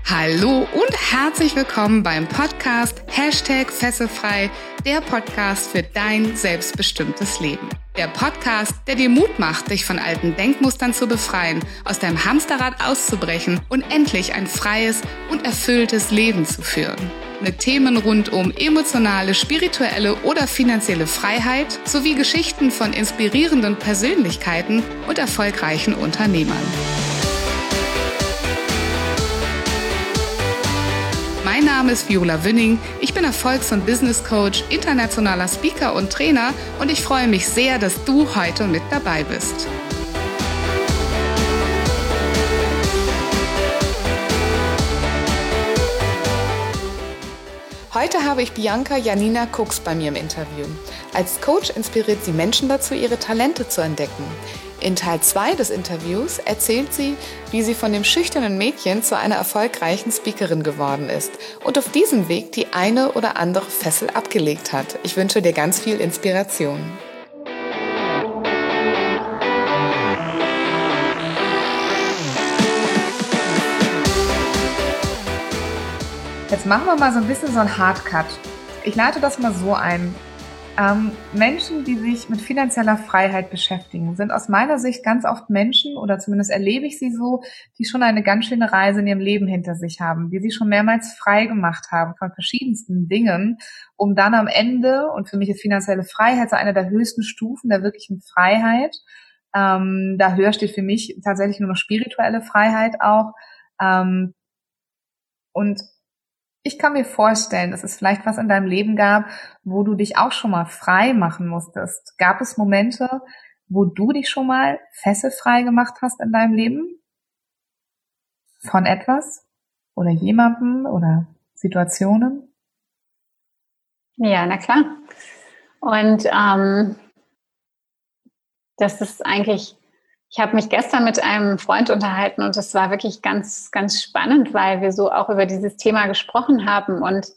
Hallo und herzlich willkommen beim Podcast #Fesselfrei, der Podcast für dein selbstbestimmtes Leben. Der Podcast, der dir Mut macht, dich von alten Denkmustern zu befreien, aus deinem Hamsterrad auszubrechen und endlich ein freies und erfülltes Leben zu führen. Mit Themen rund um emotionale, spirituelle oder finanzielle Freiheit sowie Geschichten von inspirierenden Persönlichkeiten und erfolgreichen Unternehmern. Mein Name ist Viola Wünning, ich bin Erfolgs- und Business Coach, internationaler Speaker und Trainer und ich freue mich sehr, dass du heute mit dabei bist. Heute habe ich Bianca Janina Cooks bei mir im Interview. Als Coach inspiriert sie Menschen dazu, ihre Talente zu entdecken. In Teil 2 des Interviews erzählt sie, wie sie von dem schüchternen Mädchen zu einer erfolgreichen Speakerin geworden ist und auf diesem Weg die eine oder andere Fessel abgelegt hat. Ich wünsche dir ganz viel Inspiration. Jetzt machen wir mal so ein bisschen so einen Hardcut. Ich leite das mal so ein. Menschen, die sich mit finanzieller Freiheit beschäftigen, sind aus meiner Sicht ganz oft Menschen, oder zumindest erlebe ich sie so, die schon eine ganz schöne Reise in ihrem Leben hinter sich haben, die sich schon mehrmals frei gemacht haben von verschiedensten Dingen, um dann am Ende, und für mich ist finanzielle Freiheit so eine der höchsten Stufen der wirklichen Freiheit, da höher steht für mich tatsächlich nur noch spirituelle Freiheit auch, und ich kann mir vorstellen, dass es vielleicht was in deinem Leben gab, wo du dich auch schon mal frei machen musstest. Gab es Momente, wo du dich schon mal fesselfrei gemacht hast in deinem Leben? Von etwas? Oder jemandem? Oder Situationen? Ja, na klar. Und das ist eigentlich, ich habe mich gestern mit einem Freund unterhalten und das war wirklich ganz, ganz spannend, weil wir so auch über dieses Thema gesprochen haben. Und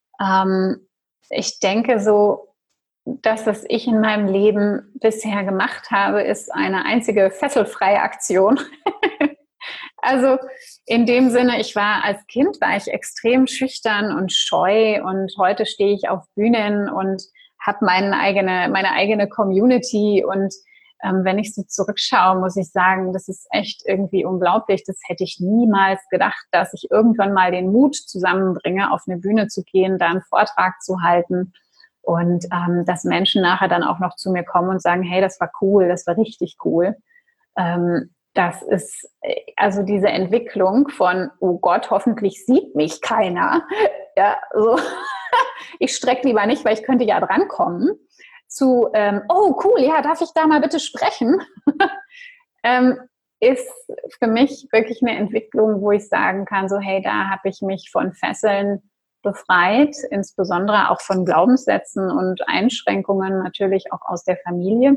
ich denke so, das, was ich in meinem Leben bisher gemacht habe, ist eine einzige fesselfreie Aktion. Also in dem Sinne, als Kind war ich extrem schüchtern und scheu und heute stehe ich auf Bühnen und habe meine eigene Community und wenn ich so zurückschaue, muss ich sagen, das ist echt irgendwie unglaublich. Das hätte ich niemals gedacht, dass ich irgendwann mal den Mut zusammenbringe, auf eine Bühne zu gehen, da einen Vortrag zu halten und dass Menschen nachher dann auch noch zu mir kommen und sagen, hey, das war cool, das war richtig cool. Das ist also diese Entwicklung von, oh Gott, hoffentlich sieht mich keiner. Ja, so. Ich strecke lieber nicht, weil ich könnte ja drankommen. Zu, oh cool, ja, darf ich da mal bitte sprechen? Ist für mich wirklich eine Entwicklung, wo ich sagen kann, so hey, da habe ich mich von Fesseln befreit, insbesondere auch von Glaubenssätzen und Einschränkungen natürlich auch aus der Familie.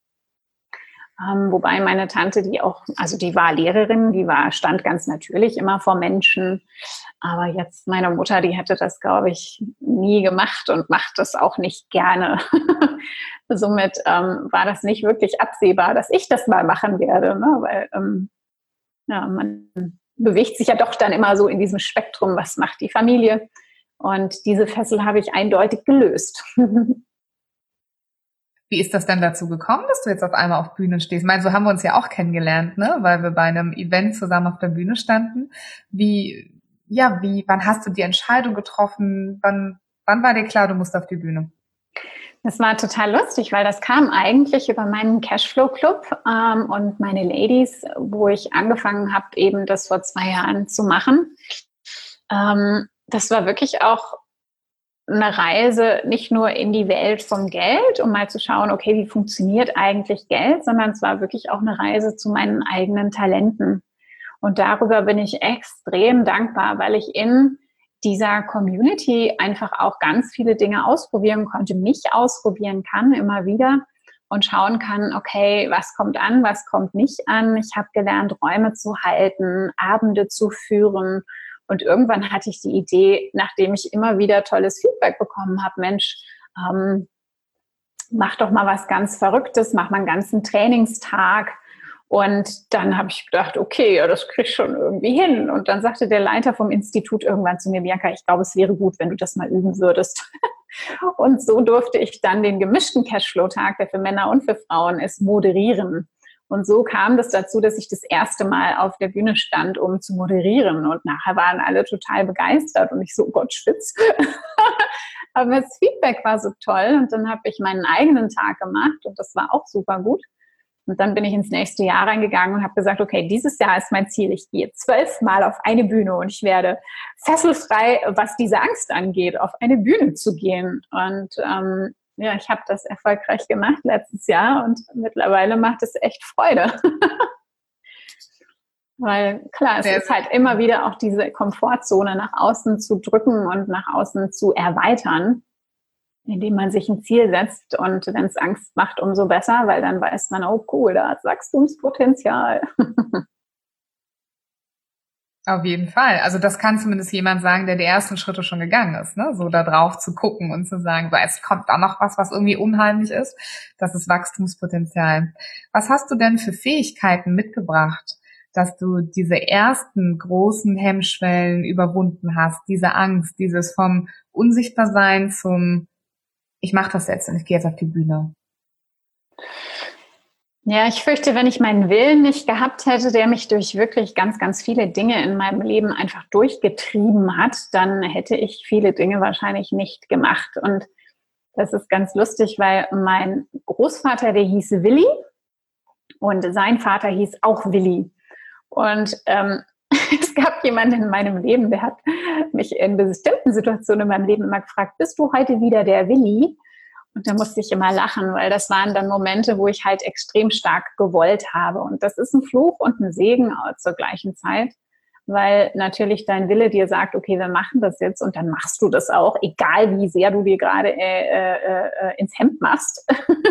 Wobei meine Tante, die war Lehrerin, stand ganz natürlich immer vor Menschen. Aber jetzt meine Mutter, die hätte das, glaube ich, nie gemacht und macht das auch nicht gerne. Somit war das nicht wirklich absehbar, dass ich das mal machen werde, ne? Weil man bewegt sich ja doch dann immer so in diesem Spektrum, was macht die Familie? Und diese Fessel habe ich eindeutig gelöst. Wie ist das denn dazu gekommen, dass du jetzt auf einmal auf Bühnen stehst? Ich meine, so haben wir uns ja auch kennengelernt, ne? Weil wir bei einem Event zusammen auf der Bühne standen. Wann hast du die Entscheidung getroffen? Wann war dir klar, du musst auf die Bühne? Das war total lustig, weil das kam eigentlich über meinen Cashflow-Club und meine Ladies, wo ich angefangen habe, eben das vor 2 Jahren zu machen. Das war wirklich auch eine Reise nicht nur in die Welt vom Geld, um mal zu schauen, okay, wie funktioniert eigentlich Geld, sondern es war wirklich auch eine Reise zu meinen eigenen Talenten. Und darüber bin ich extrem dankbar, weil ich in dieser Community einfach auch ganz viele Dinge ausprobieren konnte, mich ausprobieren kann immer wieder und schauen kann, okay, was kommt an, was kommt nicht an. Ich habe gelernt, Räume zu halten, Abende zu führen. Und irgendwann hatte ich die Idee, nachdem ich immer wieder tolles Feedback bekommen habe, Mensch, mach doch mal was ganz Verrücktes, mach mal einen ganzen Trainingstag Und dann habe ich gedacht, okay, ja, das krieg ich schon irgendwie hin. Und dann sagte der Leiter vom Institut irgendwann zu mir, Bianca, ich glaube, es wäre gut, wenn du das mal üben würdest. Und so durfte ich dann den gemischten Cashflow-Tag, der für Männer und für Frauen ist, moderieren. Und so kam das dazu, dass ich das erste Mal auf der Bühne stand, um zu moderieren. Und nachher waren alle total begeistert und ich so, oh Gott, schwitz. Aber das Feedback war so toll. Und dann habe ich meinen eigenen Tag gemacht und das war auch super gut. Und dann bin ich ins nächste Jahr reingegangen und habe gesagt, okay, dieses Jahr ist mein Ziel. Ich gehe 12 Mal auf eine Bühne und ich werde fesselfrei, was diese Angst angeht, auf eine Bühne zu gehen. Und ja, ich habe das erfolgreich gemacht letztes Jahr und mittlerweile macht es echt Freude. Weil klar, es ist halt immer wieder auch diese Komfortzone nach außen zu drücken und nach außen zu erweitern, indem man sich ein Ziel setzt und wenn es Angst macht, umso besser, weil dann weiß man, oh cool, da hat Wachstumspotenzial. Auf jeden Fall. Also das kann zumindest jemand sagen, der die ersten Schritte schon gegangen ist, ne? So da drauf zu gucken und zu sagen, so, es kommt da noch was irgendwie unheimlich ist. Das ist Wachstumspotenzial. Was hast du denn für Fähigkeiten mitgebracht, dass du diese ersten großen Hemmschwellen überwunden hast? Diese Angst, dieses vom Unsichtbarsein zum ich mache das jetzt und ich gehe jetzt auf die Bühne. Ja, ich fürchte, wenn ich meinen Willen nicht gehabt hätte, der mich durch wirklich ganz, ganz viele Dinge in meinem Leben einfach durchgetrieben hat, dann hätte ich viele Dinge wahrscheinlich nicht gemacht. Und das ist ganz lustig, weil mein Großvater, der hieß Willi und sein Vater hieß auch Willi. Und es gab jemanden in meinem Leben, der hat mich in bestimmten Situationen in meinem Leben immer gefragt, bist du heute wieder der Willi? Und da musste ich immer lachen, weil das waren dann Momente, wo ich halt extrem stark gewollt habe. Und das ist ein Fluch und ein Segen zur gleichen Zeit, weil natürlich dein Wille dir sagt, okay, wir machen das jetzt und dann machst du das auch, egal wie sehr du dir gerade ins Hemd machst.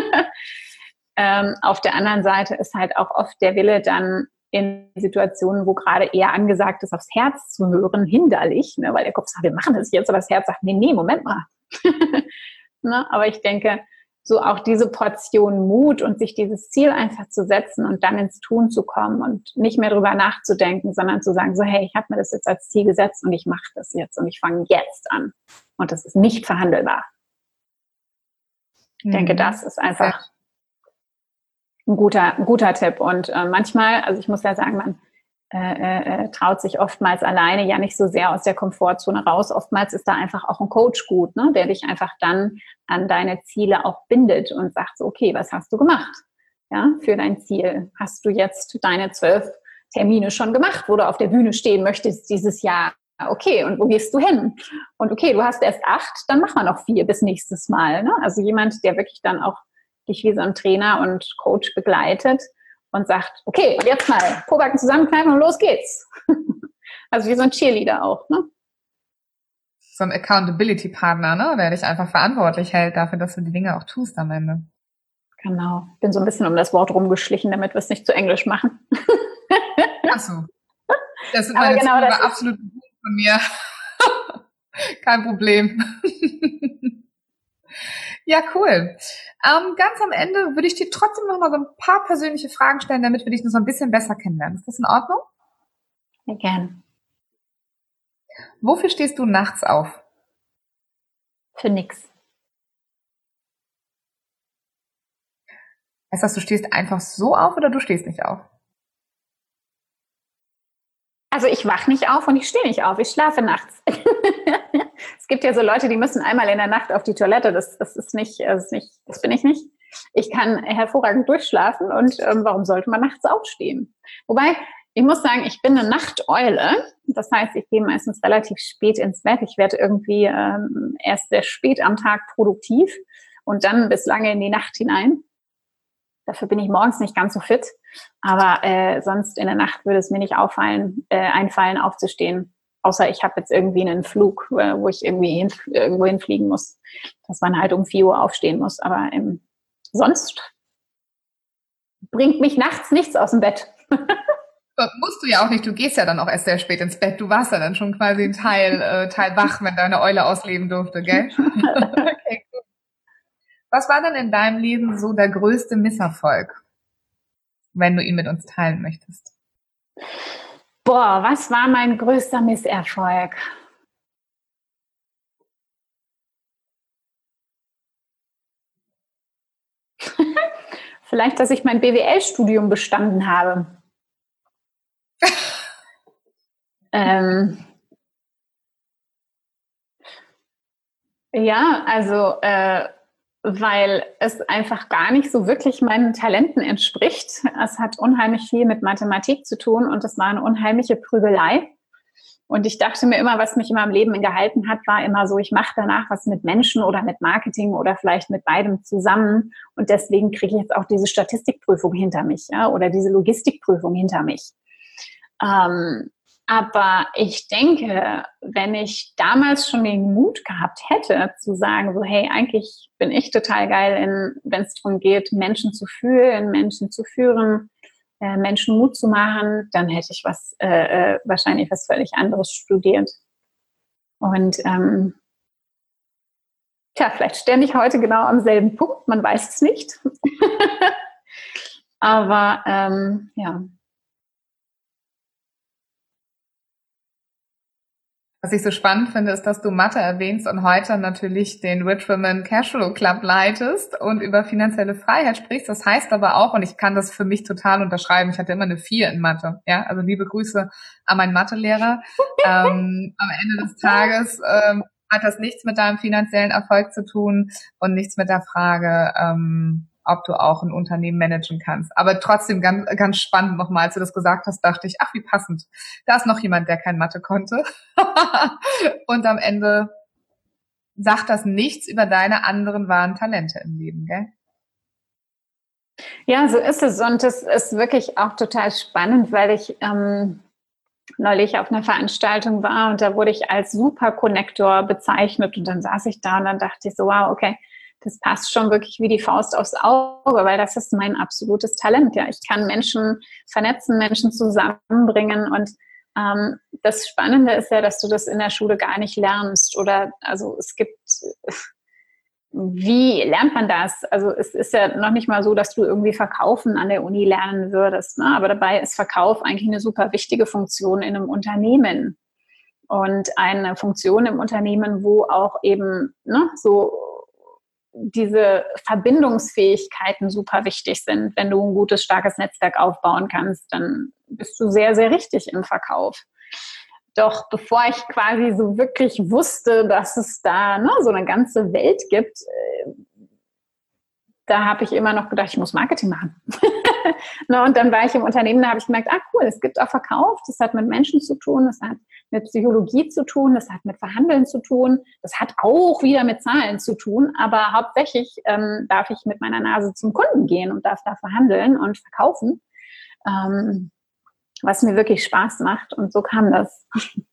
Auf der anderen Seite ist halt auch oft der Wille dann in Situationen, wo gerade eher angesagt ist, aufs Herz zu hören, hinderlich, ne? Weil der Kopf sagt, wir machen das jetzt, aber das Herz sagt, nee, Moment mal. Ne? Aber ich denke, so auch diese Portion Mut und sich dieses Ziel einfach zu setzen und dann ins Tun zu kommen und nicht mehr drüber nachzudenken, sondern zu sagen, so hey, ich habe mir das jetzt als Ziel gesetzt und ich mache das jetzt und ich fange jetzt an. Und das ist nicht verhandelbar. Ich denke, das ist einfach ein guter Tipp. Und manchmal, also ich muss ja sagen, man traut sich oftmals alleine ja nicht so sehr aus der Komfortzone raus. Oftmals ist da einfach auch ein Coach gut, ne, der dich einfach dann an deine Ziele auch bindet und sagt so, okay, was hast du gemacht? Ja, für dein Ziel. Hast du jetzt deine 12 Termine schon gemacht, wo du auf der Bühne stehen möchtest dieses Jahr? Okay, und wo gehst du hin? Und okay, du hast erst 8, dann mach mal noch 4 bis nächstes Mal. Ne? Also jemand, der wirklich dann auch dich wie so ein Trainer und Coach begleitet und sagt, okay, jetzt mal Pobacken zusammenkneifen und los geht's. Also wie so ein Cheerleader auch, ne? So ein Accountability-Partner, ne? Der dich einfach verantwortlich hält dafür, dass du die Dinge auch tust am Ende. Genau. Bin so ein bisschen um das Wort rumgeschlichen, damit wir es nicht zu englisch machen. Ach so. Das sind meine genau, das absolut von mir. Kein Problem. Ja, cool. Ganz am Ende würde ich dir trotzdem noch mal so ein paar persönliche Fragen stellen, damit wir dich noch so ein bisschen besser kennenlernen. Ist das in Ordnung? Ja, gern. Wofür stehst du nachts auf? Für nix. Heißt das, du stehst einfach so auf oder du stehst nicht auf? Also ich wach nicht auf und ich stehe nicht auf. Ich schlafe nachts. Es gibt ja so Leute, die müssen einmal in der Nacht auf die Toilette. Das bin ich nicht. Ich kann hervorragend durchschlafen und warum sollte man nachts aufstehen? Wobei, ich muss sagen, ich bin eine Nachteule. Das heißt, ich gehe meistens relativ spät ins Bett. Ich werde irgendwie erst sehr spät am Tag produktiv und dann bis lange in die Nacht hinein. Dafür bin ich morgens nicht ganz so fit. Aber sonst in der Nacht würde es mir nicht einfallen, aufzustehen. Außer ich habe jetzt irgendwie einen Flug, wo ich irgendwie irgendwo hinfliegen muss, dass man halt um 4 Uhr aufstehen muss. Aber sonst bringt mich nachts nichts aus dem Bett. Musst du ja auch nicht, du gehst ja dann auch erst sehr spät ins Bett. Du warst ja dann schon quasi ein Teil wach, wenn deine Eule ausleben durfte, gell? Okay, gut. Was war denn in deinem Leben so der größte Misserfolg? wenn du ihn mit uns teilen möchtest. Boah, was war mein größter Misserfolg? Vielleicht, dass ich mein BWL-Studium bestanden habe. Ja, also weil es einfach gar nicht so wirklich meinen Talenten entspricht. Es hat unheimlich viel mit Mathematik zu tun und es war eine unheimliche Prügelei. Und ich dachte mir immer, was mich immer im Leben gehalten hat, war immer so, ich mache danach was mit Menschen oder mit Marketing oder vielleicht mit beidem zusammen. Und deswegen kriege ich jetzt auch diese Statistikprüfung hinter mich, ja, oder diese Logistikprüfung hinter mich. Aber ich denke, wenn ich damals schon den Mut gehabt hätte, zu sagen, so, hey, eigentlich bin ich total geil, wenn es darum geht, Menschen zu fühlen, Menschen zu führen, Menschen Mut zu machen, dann hätte ich wahrscheinlich was völlig anderes studiert. Und vielleicht stände ich heute genau am selben Punkt, man weiß es nicht. Aber ja. Was ich so spannend finde, ist, dass du Mathe erwähnst und heute natürlich den Rich Women Cashflow Club leitest und über finanzielle Freiheit sprichst. Das heißt aber auch, und ich kann das für mich total unterschreiben, ich hatte immer eine 4 in Mathe. Ja, also liebe Grüße an meinen Mathelehrer. Am Ende des Tages hat das nichts mit deinem finanziellen Erfolg zu tun und nichts mit der Frage, ob du auch ein Unternehmen managen kannst. Aber trotzdem ganz, ganz spannend nochmal, als du das gesagt hast, dachte ich, ach, wie passend. Da ist noch jemand, der kein Mathe konnte. Und am Ende sagt das nichts über deine anderen wahren Talente im Leben, gell? Ja, so ist es. Und es ist wirklich auch total spannend, weil ich neulich auf einer Veranstaltung war und da wurde ich als Superkonnektor bezeichnet. Und dann saß ich da und dann dachte ich so, wow, okay, das passt schon wirklich wie die Faust aufs Auge, weil das ist mein absolutes Talent. Ja, ich kann Menschen vernetzen, Menschen zusammenbringen und das Spannende ist ja, dass du das in der Schule gar nicht lernst oder also es gibt, wie lernt man das? Also es ist ja noch nicht mal so, dass du irgendwie Verkaufen an der Uni lernen würdest, ne? Aber dabei ist Verkauf eigentlich eine super wichtige Funktion in einem Unternehmen und eine Funktion im Unternehmen, wo auch eben so diese Verbindungsfähigkeiten super wichtig sind. Wenn du ein gutes, starkes Netzwerk aufbauen kannst, dann bist du sehr, sehr richtig im Verkauf. Doch bevor ich quasi so wirklich wusste, dass es da so eine ganze Welt gibt, da habe ich immer noch gedacht, ich muss Marketing machen. Und dann war ich im Unternehmen, da habe ich gemerkt, cool, es gibt auch Verkauf, das hat mit Menschen zu tun, das hat mit Psychologie zu tun, das hat mit Verhandeln zu tun, das hat auch wieder mit Zahlen zu tun, aber hauptsächlich darf ich mit meiner Nase zum Kunden gehen und darf da verhandeln und verkaufen, was mir wirklich Spaß macht und so kam das.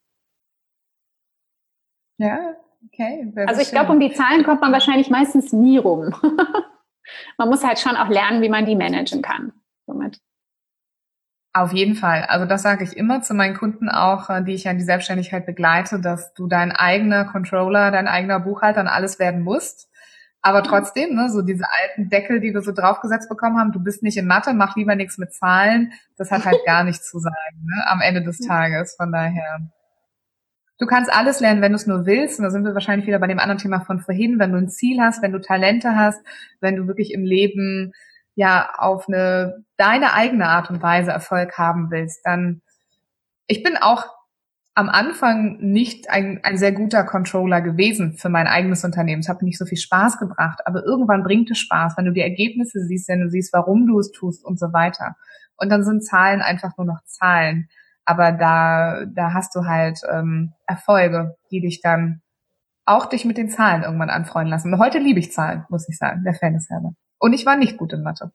Ja, okay. Also ich glaube, um die Zahlen kommt man wahrscheinlich meistens nie rum. Man muss halt schon auch lernen, wie man die managen kann. Somit. Auf jeden Fall. Also das sage ich immer zu meinen Kunden auch, die ich ja in die Selbstständigkeit begleite, dass du dein eigener Controller, dein eigener Buchhalter und alles werden musst. Aber trotzdem, so diese alten Deckel, die wir so draufgesetzt bekommen haben, du bist nicht in Mathe, mach lieber nichts mit Zahlen, das hat halt gar nichts zu sagen, am Ende des Tages. Von daher. Du kannst alles lernen, wenn du es nur willst. Und da sind wir wahrscheinlich wieder bei dem anderen Thema von vorhin. Wenn du ein Ziel hast, wenn du Talente hast, wenn du wirklich im Leben auf deine eigene Art und Weise Erfolg haben willst, dann, ich bin auch am Anfang nicht ein sehr guter Controller gewesen für mein eigenes Unternehmen. Es hat mir nicht so viel Spaß gebracht, aber irgendwann bringt es Spaß, wenn du die Ergebnisse siehst, wenn du siehst, warum du es tust und so weiter. Und dann sind Zahlen einfach nur noch Zahlen. Aber da hast du halt Erfolge, die dich dann auch dich mit den Zahlen irgendwann anfreunden lassen. Und heute liebe ich Zahlen, muss ich sagen, der Fairness halber. Und ich war nicht gut in Mathe.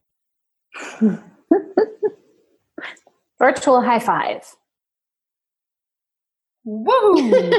Virtual High Five. Woohoo!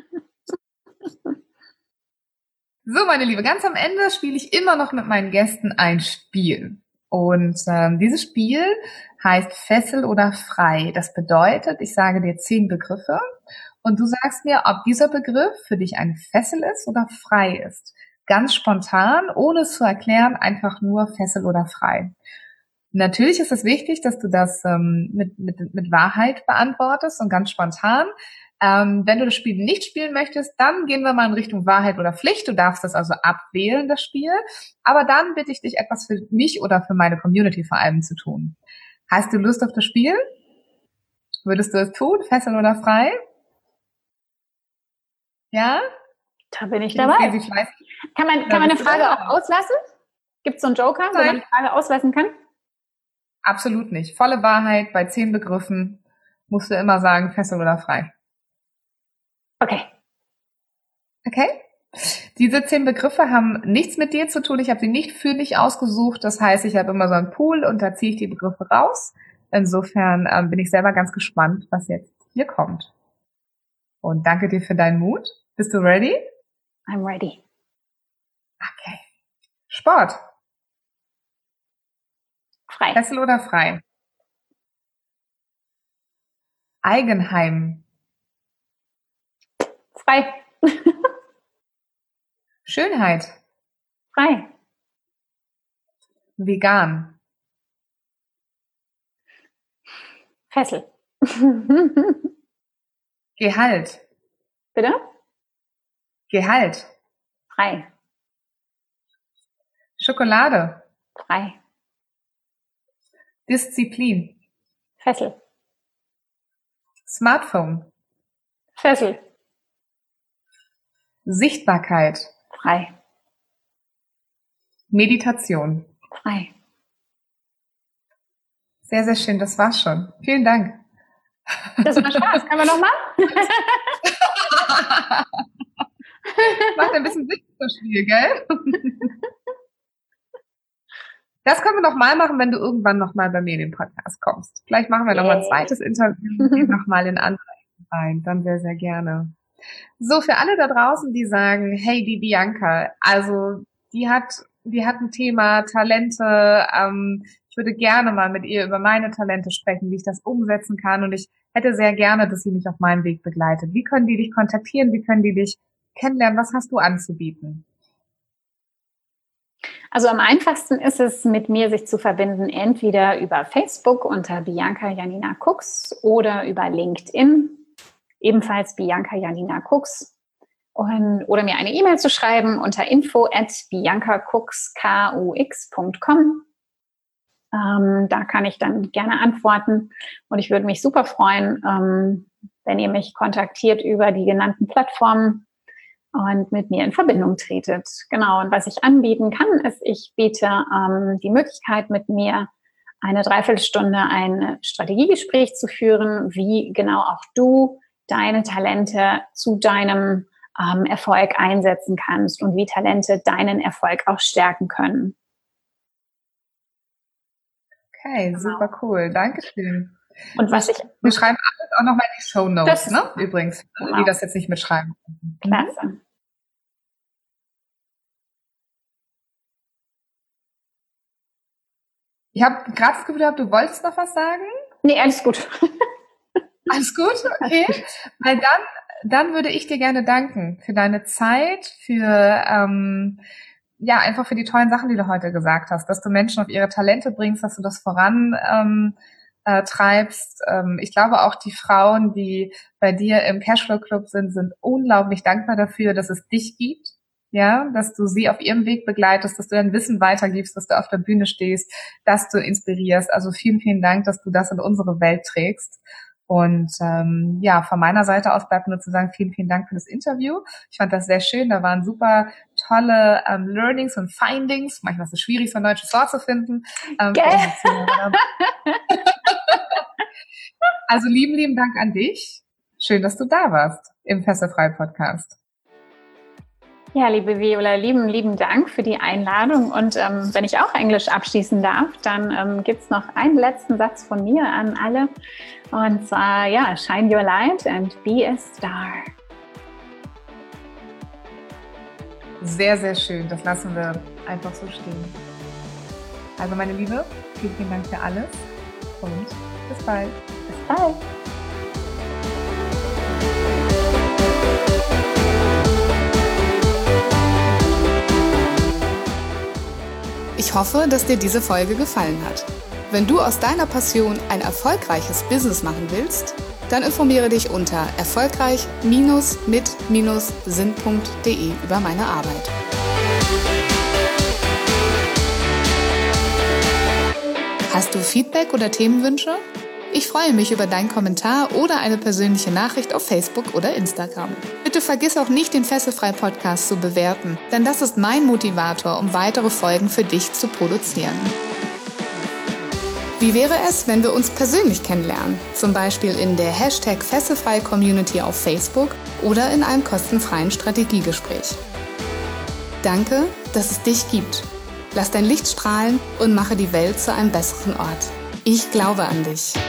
So, meine Liebe, ganz am Ende spiele ich immer noch mit meinen Gästen ein Spiel. Und dieses Spiel heißt Fessel oder Frei. Das bedeutet, ich sage dir 10 Begriffe und du sagst mir, ob dieser Begriff für dich ein Fessel ist oder frei ist. Ganz spontan, ohne es zu erklären, einfach nur Fessel oder Frei. Natürlich ist es wichtig, dass du das mit Wahrheit beantwortest und ganz spontan. Wenn du das Spiel nicht spielen möchtest, dann gehen wir mal in Richtung Wahrheit oder Pflicht. Du darfst das also abwählen, das Spiel. Aber dann bitte ich dich, etwas für mich oder für meine Community vor allem zu tun. Hast du Lust auf das Spiel? Würdest du es tun, fesseln oder frei? Ja? Da bin ich dabei. Kann man eine Frage auch auslassen? Gibt es so einen Joker, wo man die Frage auslassen kann? Absolut nicht. Volle Wahrheit, bei 10 Begriffen musst du immer sagen, fesseln oder frei. Okay. Okay? Diese 10 Begriffe haben nichts mit dir zu tun. Ich habe sie nicht für dich ausgesucht. Das heißt, ich habe immer so einen Pool und da ziehe ich die Begriffe raus. Insofern bin ich selber ganz gespannt, was jetzt hier kommt. Und danke dir für deinen Mut. Bist du ready? I'm ready. Okay. Sport. Frei. Fessel oder frei? Eigenheim. Frei. Schönheit. Frei. Vegan. Fessel. Gehalt. Bitte? Gehalt. Frei. Schokolade. Frei. Disziplin. Fessel. Smartphone. Fessel. Sichtbarkeit. Frei. Meditation. Frei. Sehr, sehr schön, das war's schon. Vielen Dank. Das war Spaß. Können wir nochmal? Macht ein bisschen Sinn, das Spiel, gell? Das können wir nochmal machen, wenn du irgendwann nochmal bei mir in den Podcast kommst. Vielleicht machen wir nochmal ein zweites Interview, gehen nochmal in andere rein. Dann sehr, sehr gerne. So, für alle da draußen, die sagen, hey, die Bianca, also die hat ein Thema, Talente, ich würde gerne mal mit ihr über meine Talente sprechen, wie ich das umsetzen kann, und ich hätte sehr gerne, dass sie mich auf meinem Weg begleitet. Wie können die dich kontaktieren? Wie können die dich kennenlernen? Was hast du anzubieten? Also am einfachsten ist es, mit mir sich zu verbinden, entweder über Facebook unter Bianca Janina Kux oder über LinkedIn, ebenfalls Bianca Janina Kux, oder mir eine E-Mail zu schreiben unter info@biancakux.com. Da kann ich dann gerne antworten, und ich würde mich super freuen, wenn ihr mich kontaktiert über die genannten Plattformen und mit mir in Verbindung tretet. Genau, und was ich anbieten kann, ist, ich biete die Möglichkeit, mit mir eine Dreiviertelstunde ein Strategiegespräch zu führen, wie genau auch du deine Talente zu deinem Erfolg einsetzen kannst und wie Talente deinen Erfolg auch stärken können. Okay, super cool. Dankeschön. Und was wir schreiben alles auch nochmal in die Shownotes, ne? Übrigens, genau. Die das jetzt nicht mitschreiben. Klasse. Ich habe gerade das Gefühl gehabt, du wolltest noch was sagen? Nee, alles gut. Alles gut? Okay. Weil dann würde ich dir gerne danken für deine Zeit, für einfach für die tollen Sachen, die du heute gesagt hast, dass du Menschen auf ihre Talente bringst, dass du das voran treibst. Ich glaube auch, die Frauen, die bei dir im Cashflow Club sind unglaublich dankbar dafür, dass es dich gibt. Ja, dass du sie auf ihrem Weg begleitest, dass du dein Wissen weitergibst, dass du auf der Bühne stehst, dass du inspirierst. Also vielen, vielen Dank, dass du das in unsere Welt trägst. Und von meiner Seite aus bleibt nur zu sagen, vielen, vielen Dank für das Interview. Ich fand das sehr schön. Da waren super tolle Learnings und Findings. Manchmal ist es schwierig, so ein deutsches Wort zu finden. Also lieben Dank an dich. Schön, dass du da warst im Fesselfrei Podcast. Ja, liebe Viola, lieben Dank für die Einladung. Und wenn ich auch Englisch abschließen darf, dann gibt's noch einen letzten Satz von mir an alle. Und zwar, shine your light and be a star. Sehr, sehr schön. Das lassen wir einfach so stehen. Also meine Liebe, vielen, vielen Dank für alles und bis bald. Bis bald. Ich hoffe, dass dir diese Folge gefallen hat. Wenn du aus deiner Passion ein erfolgreiches Business machen willst, dann informiere dich unter erfolgreich-mit-sinn.de über meine Arbeit. Hast du Feedback oder Themenwünsche? Ich freue mich über deinen Kommentar oder eine persönliche Nachricht auf Facebook oder Instagram. Bitte vergiss auch nicht, den Fesselfrei-Podcast zu bewerten, denn das ist mein Motivator, um weitere Folgen für dich zu produzieren. Wie wäre es, wenn wir uns persönlich kennenlernen? Zum Beispiel in der #Fesselfrei-Community auf Facebook oder in einem kostenfreien Strategiegespräch. Danke, dass es dich gibt. Lass dein Licht strahlen und mache die Welt zu einem besseren Ort. Ich glaube an dich.